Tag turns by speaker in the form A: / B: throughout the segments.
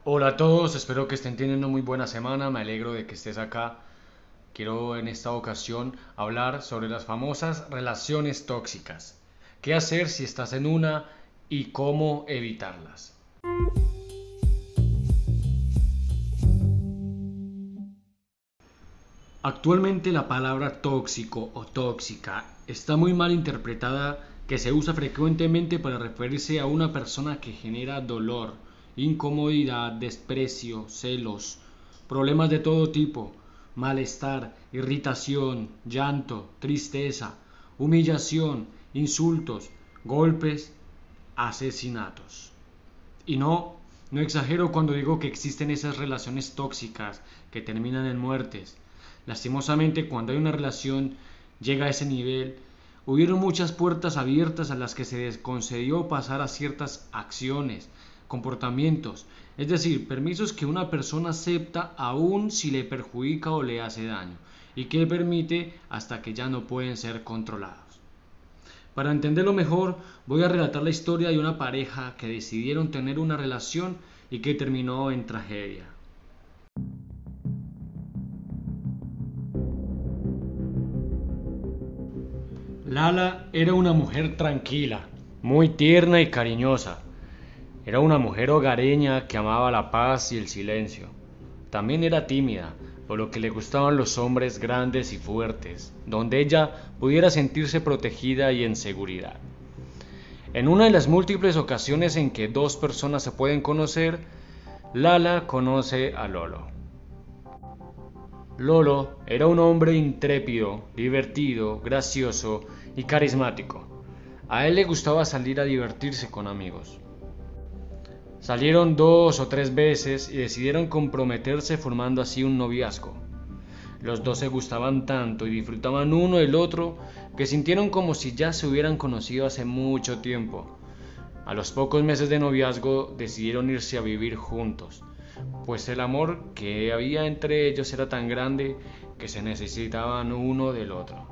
A: Hola a todos, espero que estén teniendo muy buena semana, me alegro de que estés acá. Quiero en esta ocasión hablar sobre las famosas relaciones tóxicas. ¿Qué hacer si estás en una y cómo evitarlas? Actualmente la palabra tóxico o tóxica está muy mal interpretada, que se usa frecuentemente para referirse a una persona que genera dolor, incomodidad, desprecio, celos, problemas de todo tipo, malestar, irritación, llanto, tristeza, humillación, insultos, golpes, asesinatos. Y no exagero cuando digo que existen esas relaciones tóxicas que terminan en muertes. Lastimosamente, cuando hay una relación llega a ese nivel, hubieron muchas puertas abiertas a las que se les concedió pasar a ciertas acciones, comportamientos, es decir, permisos que una persona acepta aún si le perjudica o le hace daño, y que permite hasta que ya no pueden ser controlados. Para entenderlo mejor, voy a relatar la historia de una pareja que decidieron tener una relación y que terminó en tragedia. Lala era una mujer tranquila, muy tierna y cariñosa. Era una mujer hogareña que amaba la paz y el silencio. También era tímida, por lo que le gustaban los hombres grandes y fuertes, donde ella pudiera sentirse protegida y en seguridad. En una de las múltiples ocasiones en que dos personas se pueden conocer, Lala conoce a Lolo. Lolo era un hombre intrépido, divertido, gracioso y carismático. A él le gustaba salir a divertirse con amigos. Salieron 2 o 3 veces y decidieron comprometerse formando así un noviazgo. Los dos se gustaban tanto y disfrutaban uno del otro que sintieron como si ya se hubieran conocido hace mucho tiempo. A los pocos meses de noviazgo decidieron irse a vivir juntos, pues el amor que había entre ellos era tan grande que se necesitaban uno del otro.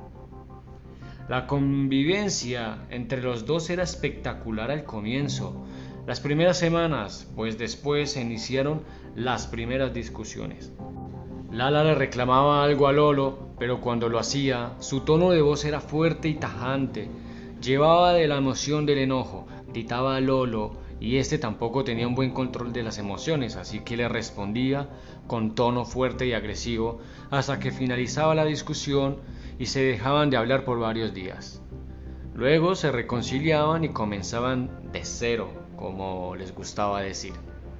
A: La convivencia entre los dos era espectacular al comienzo, las primeras semanas, pues después se iniciaron las primeras discusiones. Lala le reclamaba algo a Lolo, pero cuando lo hacía, su tono de voz era fuerte y tajante. Llevaba de la emoción del enojo, gritaba a Lolo, y este tampoco tenía un buen control de las emociones, así que le respondía con tono fuerte y agresivo hasta que finalizaba la discusión y se dejaban de hablar por varios días. Luego se reconciliaban y comenzaban de cero, como les gustaba decir.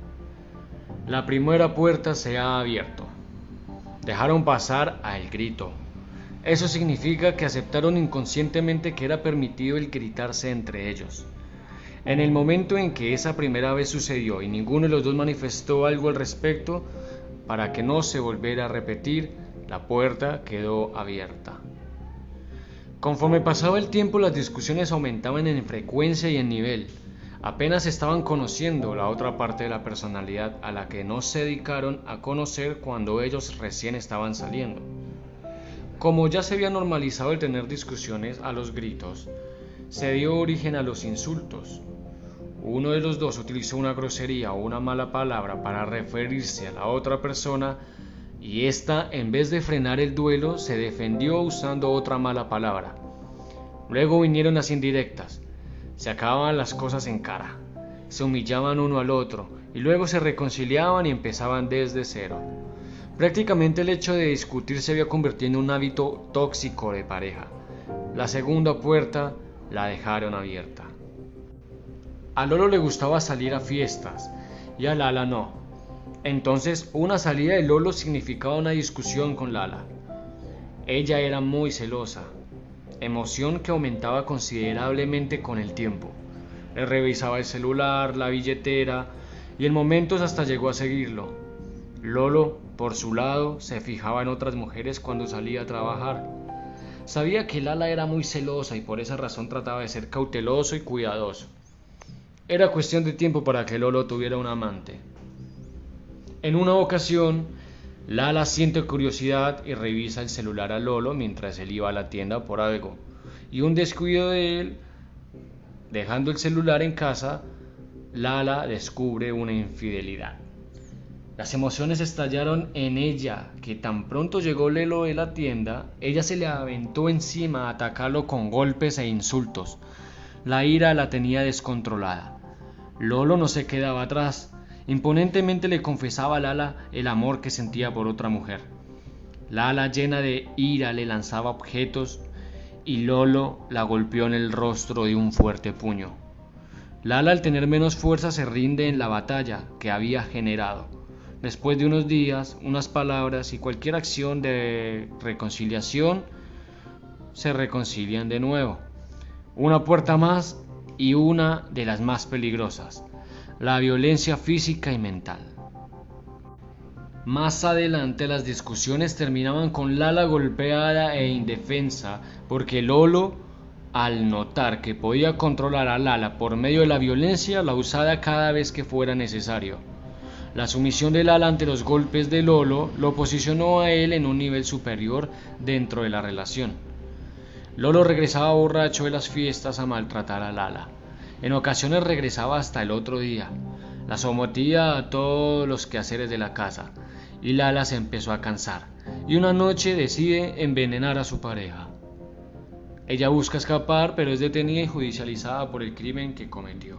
A: La primera puerta se ha abierto. Dejaron pasar al grito. Eso significa que aceptaron inconscientemente que era permitido el gritarse entre ellos. En el momento en que esa primera vez sucedió y ninguno de los dos manifestó algo al respecto, para que no se volviera a repetir, la puerta quedó abierta. Conforme pasaba el tiempo, las discusiones aumentaban en frecuencia y en nivel. Apenas estaban conociendo la otra parte de la personalidad a la que no se dedicaron a conocer cuando ellos recién estaban saliendo. Como ya se había normalizado el tener discusiones a los gritos, se dio origen a los insultos. Uno de los dos utilizó una grosería o una mala palabra para referirse a la otra persona y ésta, en vez de frenar el duelo, se defendió usando otra mala palabra. Luego vinieron las indirectas. Se acababan las cosas en cara, se humillaban uno al otro y luego se reconciliaban y empezaban desde cero. Prácticamente el hecho de discutir se había convertido en un hábito tóxico de pareja. La segunda puerta la dejaron abierta. A Lolo le gustaba salir a fiestas y a Lala no. Entonces una salida de Lolo significaba una discusión con Lala. Ella era muy celosa, emoción que aumentaba considerablemente con el tiempo. Le revisaba el celular, la billetera y en momentos hasta llegó a seguirlo. Lolo, por su lado, se fijaba en otras mujeres cuando salía a trabajar. Sabía que Lala era muy celosa y por esa razón trataba de ser cauteloso y cuidadoso. Era cuestión de tiempo para que Lolo tuviera un amante. En una ocasión, Lala siente curiosidad y revisa el celular a Lolo mientras él iba a la tienda por algo. Y un descuido de él, dejando el celular en casa, Lala descubre una infidelidad. Las emociones estallaron en ella, que tan pronto llegó Lelo de la tienda, ella se le aventó encima a atacarlo con golpes e insultos. La ira la tenía descontrolada. Lolo no se quedaba atrás. Imponentemente le confesaba a Lala el amor que sentía por otra mujer. Lala, llena de ira, le lanzaba objetos y Lolo la golpeó en el rostro de un fuerte puño. Lala, al tener menos fuerza, se rinde en la batalla que había generado. Después de unos días, unas palabras y cualquier acción de reconciliación, se reconcilian de nuevo. Una puerta más y una de las más peligrosas: la violencia física y mental. Más adelante las discusiones terminaban con Lala golpeada e indefensa porque Lolo, al notar que podía controlar a Lala por medio de la violencia, la usaba cada vez que fuera necesario. La sumisión de Lala ante los golpes de Lolo lo posicionó a él en un nivel superior dentro de la relación. Lolo regresaba borracho de las fiestas a maltratar a Lala. En ocasiones regresaba hasta el otro día. La sometía a todos los quehaceres de la casa y Lala se empezó a cansar y una noche decide envenenar a su pareja. Ella busca escapar, pero es detenida y judicializada por el crimen que cometió.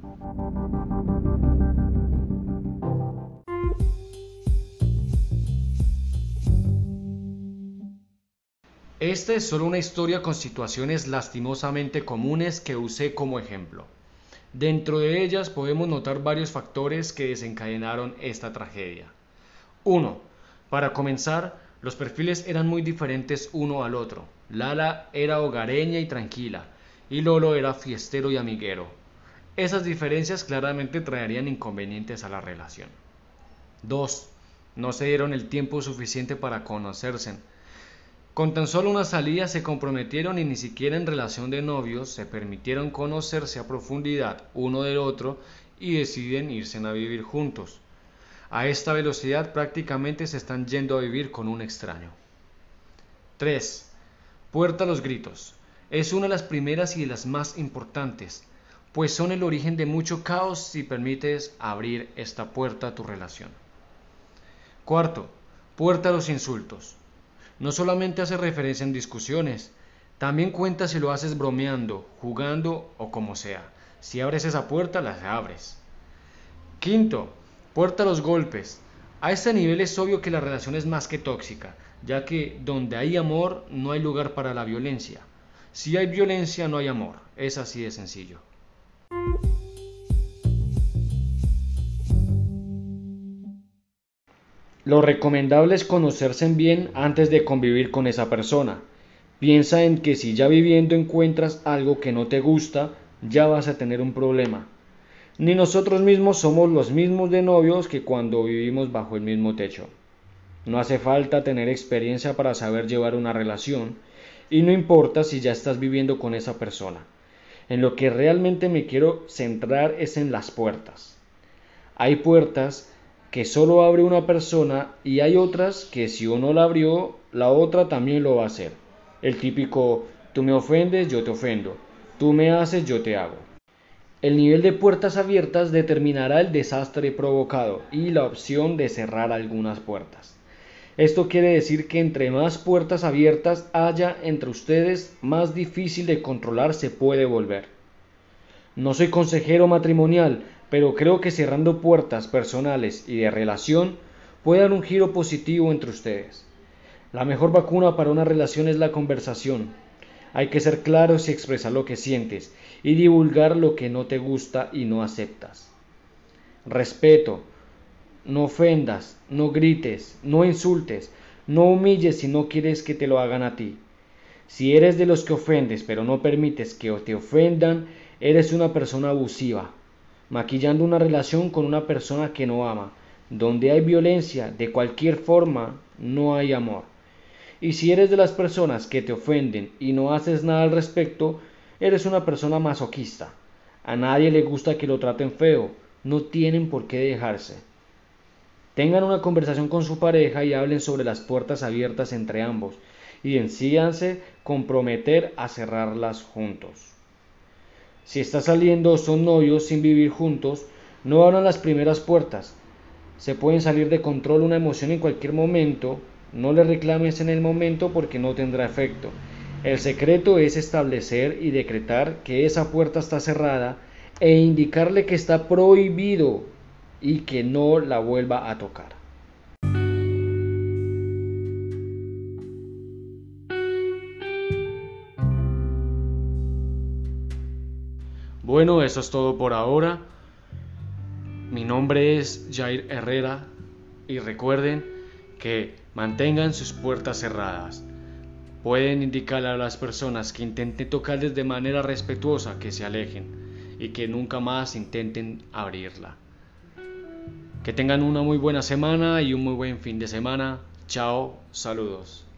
A: Esta es solo una historia con situaciones lastimosamente comunes que usé como ejemplo. Dentro de ellas podemos notar varios factores que desencadenaron esta tragedia. 1. Para comenzar, los perfiles eran muy diferentes uno al otro. Lala era hogareña y tranquila, y Lolo era fiestero y amiguero. Esas diferencias claramente traerían inconvenientes a la relación. 2. No se dieron el tiempo suficiente para conocerse. Con tan solo una salida se comprometieron y ni siquiera en relación de novios se permitieron conocerse a profundidad uno del otro y deciden irse a vivir juntos. A esta velocidad prácticamente se están yendo a vivir con un extraño. 3. Puerta a los gritos. Es una de las primeras y de las más importantes, pues son el origen de mucho caos si permites abrir esta puerta a tu relación. 4. Puerta a los insultos. No solamente hace referencia en discusiones, también cuenta si lo haces bromeando, jugando o como sea. Si abres esa puerta, la abres. 5. Puerta a los golpes. A este nivel es obvio que la relación es más que tóxica, ya que donde hay amor no hay lugar para la violencia. Si hay violencia no hay amor, es así de sencillo. Lo recomendable es conocerse bien antes de convivir con esa persona. Piensa en que si ya viviendo encuentras algo que no te gusta, ya vas a tener un problema. Ni nosotros mismos somos los mismos de novios que cuando vivimos bajo el mismo techo. No hace falta tener experiencia para saber llevar una relación, y no importa si ya estás viviendo con esa persona. En lo que realmente me quiero centrar es en las puertas. Hay puertas que solo abre una persona y hay otras que si uno la abrió, la otra también lo va a hacer. El típico, tú me ofendes, yo te ofendo, tú me haces, yo te hago. El nivel de puertas abiertas determinará el desastre provocado y la opción de cerrar algunas puertas. Esto quiere decir que entre más puertas abiertas haya entre ustedes, más difícil de controlar se puede volver. No soy consejero matrimonial, pero creo que cerrando puertas personales y de relación puede dar un giro positivo entre ustedes. La mejor vacuna para una relación es la conversación. Hay que ser claros y expresar lo que sientes y divulgar lo que no te gusta y no aceptas. Respeto. No ofendas, no grites, no insultes, no humilles si no quieres que te lo hagan a ti. Si eres de los que ofendes pero no permites que te ofendan, eres una persona abusiva, maquillando una relación con una persona que no ama. Donde hay violencia de cualquier forma, no hay amor. Y si eres de las personas que te ofenden y no haces nada al respecto, eres una persona masoquista. A nadie le gusta que lo traten feo, no tienen por qué dejarse. Tengan una conversación con su pareja y hablen sobre las puertas abiertas entre ambos y decídanse comprometer a cerrarlas juntos. Si estás saliendo o son novios sin vivir juntos, no abran las primeras puertas. Se pueden salir de control una emoción en cualquier momento. No le reclames en el momento porque no tendrá efecto. El secreto es establecer y decretar que esa puerta está cerrada e indicarle que está prohibido y que no la vuelva a tocar. Bueno, eso es todo por ahora. Mi nombre es Jair Herrera y recuerden que mantengan sus puertas cerradas. Pueden indicarle a las personas que intenten tocarles de manera respetuosa que se alejen y que nunca más intenten abrirla. Que tengan una muy buena semana y un muy buen fin de semana. Chao, saludos.